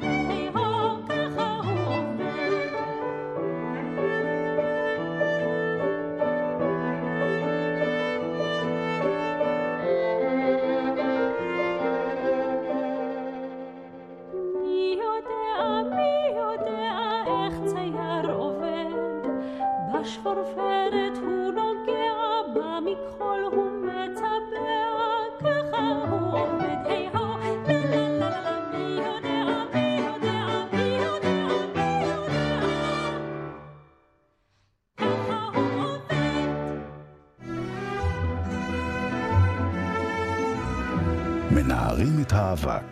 מנערים את האבק.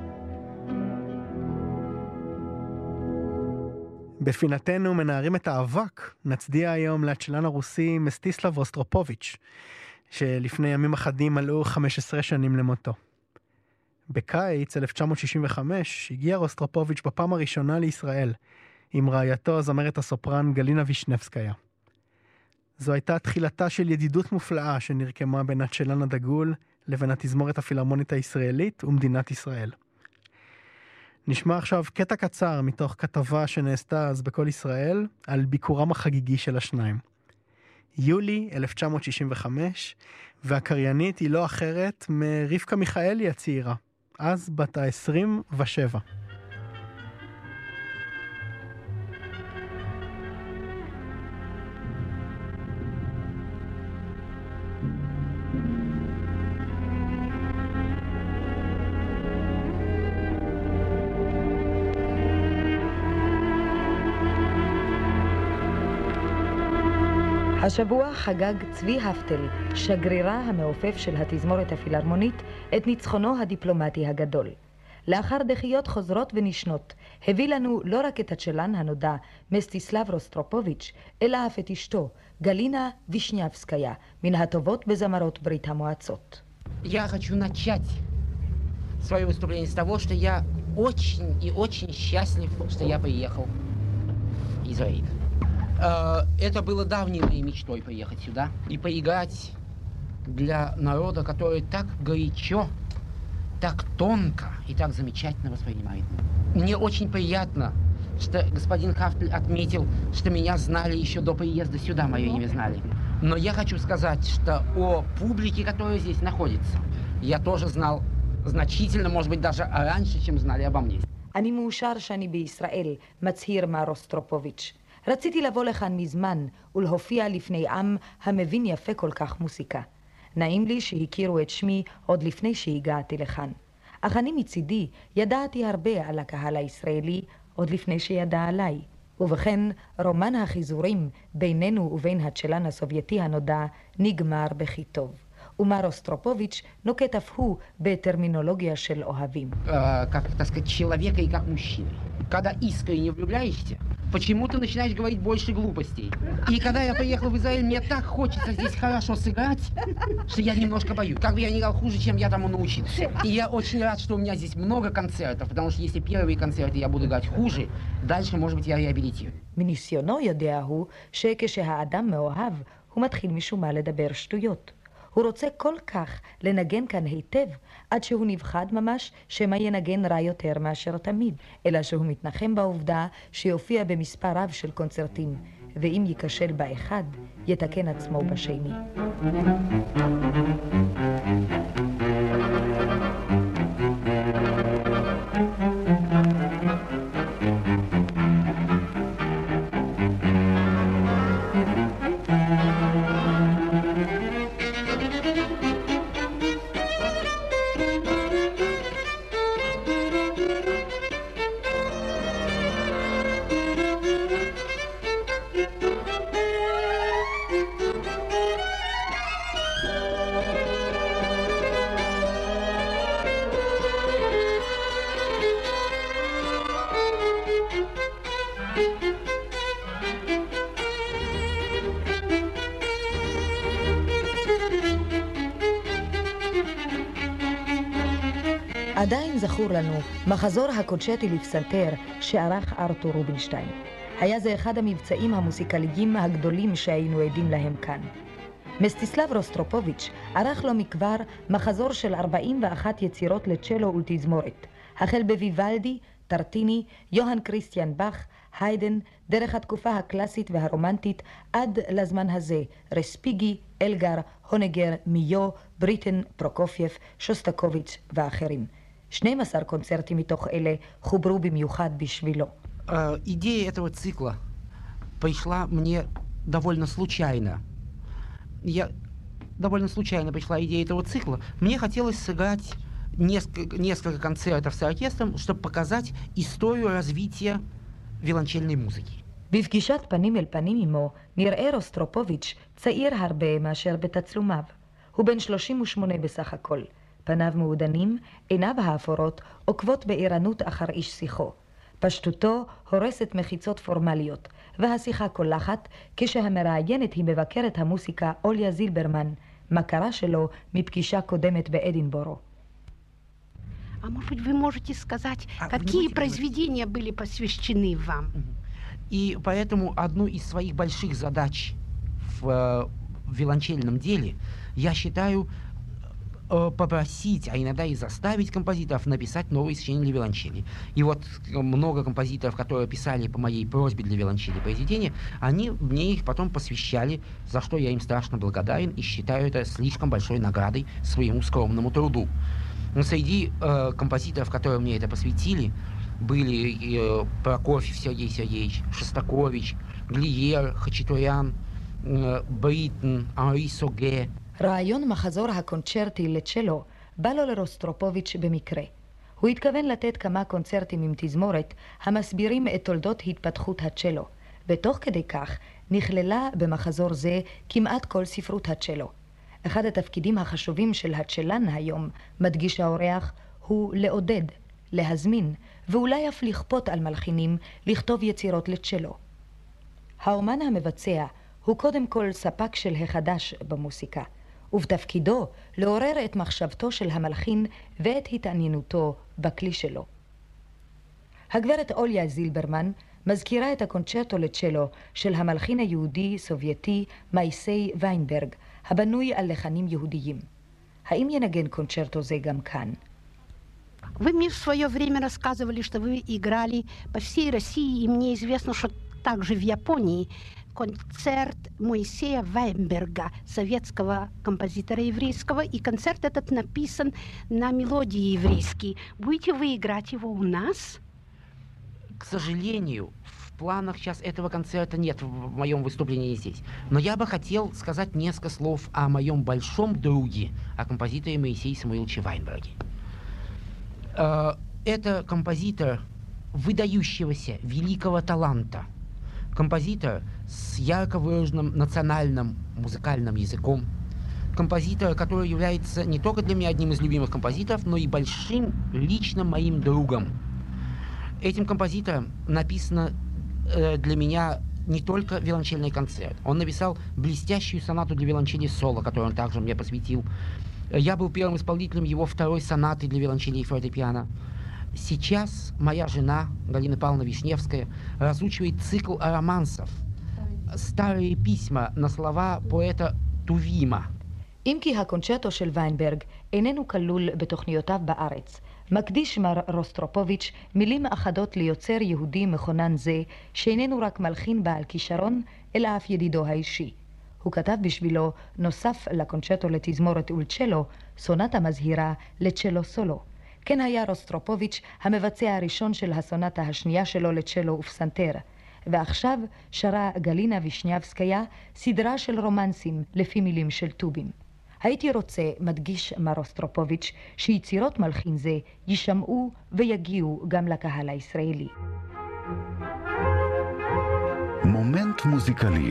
בפינתנו מנערים את האבק, נצדיע היום לצ'לן הרוסי מסטיסלב רוסטרופוביץ', שלפני ימים אחדים מלאו 15 שנים למותו. בקיץ 1965 הגיע רוסטרופוביץ' בפעם הראשונה לישראל, עם רעייתו זמרת הסופרן גלינה וישנבסקיה. זו הייתה תחילתה של ידידות מופלאה שנרקמה בין הצ'לן הדגול לבין התזמורת הפילהרמונית הישראלית ומדינת ישראל. נשמע עכשיו קטע קצר מתוך כתבה שנעשתה אז בכל ישראל על ביקורם החגיגי של השניים. יולי 1965, והקריינית היא לא אחרת מרבקה מיכאלי הצעירה, אז בת ה-27. השבוע חגג צבי הפטל, שגרירה המעופף של התזמורת הפילהרמונית, את ניצחונו הדיפלומטי הגדול. לאחר דחיות חוזרות ונשנות, הביא לנו לא רק את הצ'לן הנודע מסטיסלב רוסטרופוביץ', אלא אף את אשתו, גלינה וישנבסקיה, מן הטובות בזמרות ברית המועצות. Я хочу начать свое выступление с того, что я очень и очень счастлив, что я приехал в Израиль. Это было давней моей мечтой приехать сюда и поиграть для народа, который так горячо, так тонко и так замечательно воспринимает. Мне очень приятно, что господин Хафтель отметил, что меня знали еще до приезда сюда, мое имя знали. Но я хочу сказать, что о публике, которая здесь находится, я тоже знал значительно, может быть, даже раньше, чем знали обо мне. אני מאושר שאני בישראל, מצהיר מר רוסטרופוביץ'. רציתי לבוא לכאן מזמן ולהופיע לפני עם המבין יפה כל כך מוסיקה. נעים לי שהכירו את שמי עוד לפני שהגעתי לכאן. אך אני מצידי ידעתי הרבה על הקהל הישראלי עוד לפני שידע עליי. ובכן, רומן החיזורים בינינו ובין הצ'לן הסובייטי הנודע נגמר בכי טוב. ומר רוסטרופוביץ' נוקט אף הוא בטרמינולוגיה של אוהבים. Как, так сказать, человека и как мужчины. Когда искренне влюбляешься, почему ты начинаешь говорить больше глупостей. И когда я приехал в Израиль, мне так хочется здесь хорошо сыграть, что я немножко боюсь. Как бы я ни играл хуже, чем я тому научился. И я очень рад, что у меня здесь много концертов, потому что если первые концерты я буду играть хуже, дальше, может быть, я реабилитирую. מניסיונו יודע הוא שכשהאדם מאוהב, הוא מתחיל משום מה לדבר שטויות. הוא רוצה כל כך לנגן כאן היטב, עד שהוא נבחד ממש שמה ינגן רע יותר מאשר תמיד, אלא שהוא מתנחם בעובדה שיופיע במספר רב של קונצרטים, ואם ייכשל באחד, יתקן עצמו בשני. עדיין זכור לנו מחזור הקונצ'רטי לפסנתר שערך ארתור רובינשטיין. היה זה אחד המבצעים המוסיקליים הגדולים שהיינו עדים להם כאן. מסטיסלב רוסטרופוביץ' ערך לו מכבר מחזור של 41 יצירות לצ'לו ולתזמורת, החל בויוולדי, טרטיני, יוהאן כריסטיאן באך, היידן, דרך התקופה הקלאסית והרומנטית עד לזמן הזה, רספיגי, אלגר, הונגר, מיו, בריטן, פרוקופייב, שוסטקוביץ' ואחרים. 12 קונצרטים מתוך אלה חוברו במיוחד בשבילו. Идея этого цикла пришла мне довольно случайно. Довольно случайно пришла идея этого цикла. Мне хотелось сыграть несколько концертов с оркестром, чтобы показать историю развития וילנצ'לני מוזיקי. בפגישת פנים אל פנים עמו נראה רוסטרופוביץ' צעיר הרבה מאשר בתצלומיו. הוא בן 38 בסך הכל. פניו מעודנים, עיניו האפורות עוקבות בעירנות אחר איש שיחו. פשטותו הורסת מחיצות פורמליות, והשיחה קולחת כשהמראיינת היא מבקרת המוסיקה אוליה זילברמן, מכרה שלו מפגישה קודמת באדינבורו. А может быть, вы можете сказать, какие произведения были посвящены вам? И поэтому одну из своих больших задач в виолончельном деле я считаю попросить, а иногда и заставить композиторов написать новые сочинения для виолончели. И вот много композиторов, которые писали по моей просьбе для виолончели произведения, они мне их потом посвящали, за что я им страшно благодарен и считаю это слишком большой наградой своему скромному труду. Но среди композиторов, которые мне это посвятили, были Прокофьев Сергей Сергеевич, Шостакович, Глиер, Хачатурян, Бриттен, Анри Соге. רעיון מחזור הקונצ'רטי לצ'לו בא לו לרוסטרופוביץ' במקרה. הוא התכוון לתת כמה קונצרטים עם תזמורת המסבירים את תולדות התפתחות הצ'לו, ותוך כדי כך נכללה במחזור זה כמעט כל ספרות הצ'לו. אחד התפקידים החשובים של הצ'לן היום, מדגיש האורח, הוא לעודד, להזמין, ואולי אף לכפות על מלחינים לכתוב יצירות לצ'לו. האומן המבצע הוא קודם כל ספק של החדש במוסיקה, ובתפקידו לעורר את מחשבתו של המלחין ואת התעניינותו בכלי שלו. הגברת אוליה זילברמן מזכירה את הקונצ'רטו לצ'לו של המלחין היהודי-סובייטי מייסי ויינברג, הבנוי על לחנים יהודיים. האם ינגן קונצ'רטו זה גם כאן? Вы мне в свое время рассказывали, что вы играли по всей России, и мне известно, что также в Японии концерт Моисея Вайнберга, советского композитора еврейского, и концерт этот написан на мелодии еврейские. Будете вы играть его у нас? К сожалению, в планах сейчас этого концерта нет в моем выступлении здесь. Но я бы хотел сказать несколько слов о моем большом друге, о композиторе Моисее Самуиловиче Вайнберге. Это композитор выдающегося, великого таланта. Композитор с ярко выраженным национальным музыкальным языком. Композитор, который является не только для меня одним из любимых композиторов, но и большим личным моим другом. Этим композитором написано для меня не только виолончельный концерт. Он написал блестящую сонату для виолончели соло, которую он также мне посвятил. Я был первым исполнителем его второй сонаты для виолончели и фортепиано. Сейчас моя жена, Галина Павловна Вишневская, разучивает цикл романсов, старые письма на слова поэта Тувима. אם כי הקונצ'רטו של ויינברג איננו כלול בתוכניותיו בארץ, מקדיש מר רוסטרופוביץ' מילים אחדות ליוצר יהודי מכונן זה, שאיננו רק מלחין בעל כישרון, אלא אף ידידו האישי. הוא כתב בשבילו, נוסף לקונצ'רטו לתזמורת ולצ'לו, סונטה מזהירה לצ'לו סולו. כן היה רוסטרופוביץ' המבצע הראשון של הסונטה השנייה שלו לצ'לו ופסנתר. ועכשיו שרה גלינה וישניאבסקיה סדרה של רומנסים לפי מילים של טובים. הייתי רוצה, מדגיש מר רוסטרופוביץ', שיצירות מלחין זה יישמעו ויגיעו גם לקהל הישראלי. מומנט מוזיקלי.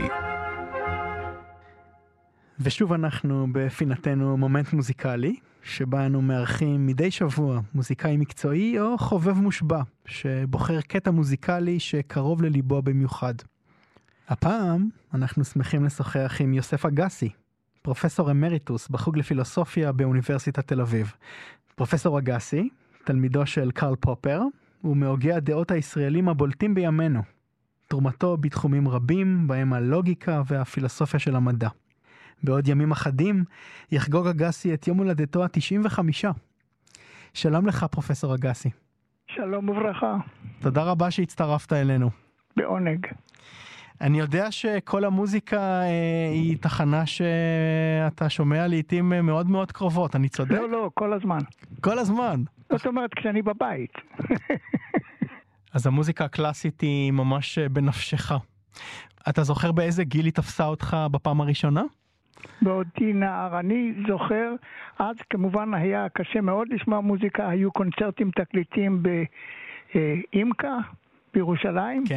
ושוב אנחנו בפינתנו מומנט מוזיקלי, שבה אנו מארחים מדי שבוע מוזיקאי מקצועי או חובב מושבע, שבוחר קטע מוזיקלי שקרוב לליבו במיוחד. הפעם אנחנו שמחים לשוחח עם יוסף אגסי, פרופסור אמריטוס בחוג לפילוסופיה באוניברסיטת תל אביב. פרופסור אגסי, תלמידו של קרל פופר, הוא מהוגי הדעות הישראלים הבולטים בימינו. תרומתו בתחומים רבים, בהם הלוגיקה והפילוסופיה של המדע. בעוד ימים אחדים יחגוג אגסי את יום הולדתו ה-95. שלום לך פרופסור אגסי. שלום וברכה. תודה רבה שהצטרפת אלינו. בעונג. אני יודע שכל המוזיקה היא תחנה שאתה שומע לעתים מאוד מאוד קרובות, אני צודק? לא, כל הזמן. כל הזמן? זאת אומרת, כשאני בבית. אז המוזיקה הקלאסית היא ממש בנפשך. אתה זוכר באיזה גיל היא תפסה אותך בפעם הראשונה? בעודי נער. אני זוכר, אז כמובן היה קשה מאוד לשמוע מוזיקה, היו קונצרטים תקליטים באימקה, בירושלים. כן.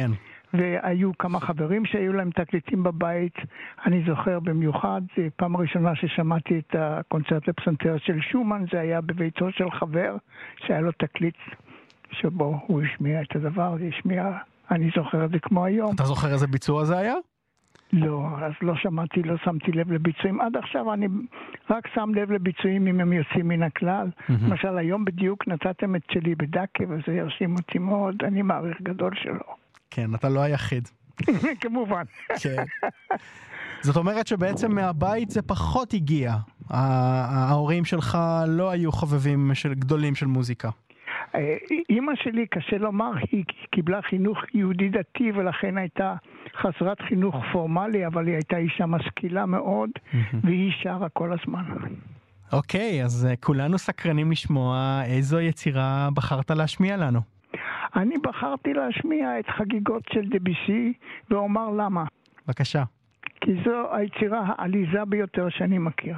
והיו כמה חברים שהיו להם תקליטים בבית. אני זוכר במיוחד, פעם הראשונה ששמעתי את הקונצרט לפסנתר של שומן, זה היה בביתו של חבר שהיה לו תקליט שבו הוא השמיע את הדבר, אני זוכר את זה כמו היום. אתה זוכר איזה ביצוע זה היה? לא, אז לא שמתי לב לביצועים. עד עכשיו אני רק שם לב לביצועים אם הם יוצאים מן הכלל. למשל, היום בדיוק נתתם את שלי בדקה, וזה ירשים אותי מאוד, אני מעריך גדול שלו. כן, אתה לא היחיד. כמובן. כן. זאת אומרת שבעצם מהבית זה פחות הגיע. ההורים שלך לא היו חובבים גדולים של מוזיקה. אמא שלי, קשה לומר, היא קיבלה חינוך יהודי דתי ולכן הייתה חסרת חינוך פורמלי, אבל היא הייתה אישה משכילה מאוד והיא שרה כל הזמן. אוקיי, אז כולנו סקרנים לשמוע איזו יצירה בחרת להשמיע לנו. אני בחרתי להשמיע את חגיגות של דביסי ואומר למה. בבקשה. כי זו היצירה העליזה ביותר שאני מכיר.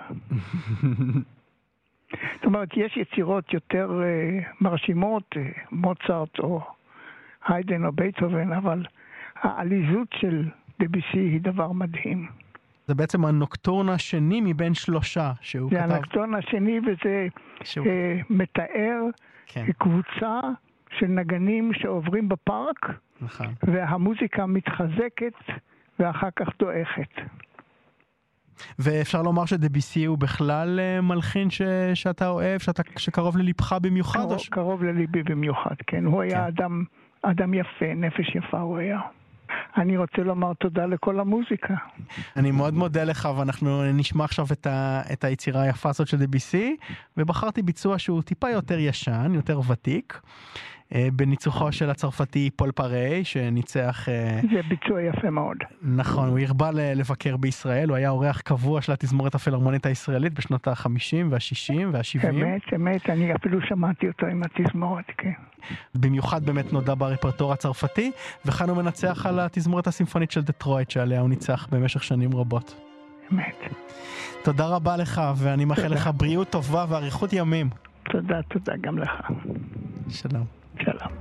זאת אומרת, יש יצירות יותר מרשימות, מוצרט או היידן או בייטהובן, אבל העליזות של דביסי היא דבר מדהים. זה בעצם הנוקטורן השני מבין 3 שהוא כתב. זה הנוקטורן השני, וזה מתאר קבוצה של נגנים שעוברים בפארק, והמוזיקה מתחזקת ואחר כך דועכת. ואפשר לומר שדביסי הוא בכלל מלחין שאתה אוהב, שקרוב ללבך במיוחד? קרוב לליבי במיוחד, כן. הוא היה אדם יפה, נפש יפה הוא היה. אני רוצה לומר תודה לכל המוזיקה. אני מאוד מודה לך, ואנחנו נשמע עכשיו את היצירה היפה הזאת של דביסי, ובחרתי ביצוע שהוא טיפה יותר ישן, יותר ותיק, בניצוחו של הצרפתי פול פארי, שניצח... זה ביצוע יפה מאוד. נכון, הוא הרבה לבקר בישראל, הוא היה אורח קבוע של התזמורת הפילהרמונית הישראלית בשנות ה-50 וה-60 וה-70. אמת, אני אפילו שמעתי אותו עם התזמורת, כן. במיוחד באמת נודע ברפרטואר הצרפתי, וכאן הוא מנצח על התזמורת הסימפונית של דטרויט, שעליה הוא ניצח במשך שנים רבות. אמת. תודה רבה לך, ואני מאחל לך בריאות טובה ואריכות ימים. תודה גם לך. שלום. שלום.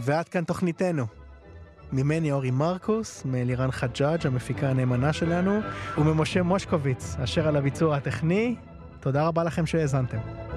ועד כאן תוכניתנו. ממני אורי מרקוס, מאלירן חג'אג' המפיקה הנאמנה שלנו, וממשה מושקוביץ, אשר על הביצוע הטכני. תודה רבה לכם שהאזנתם.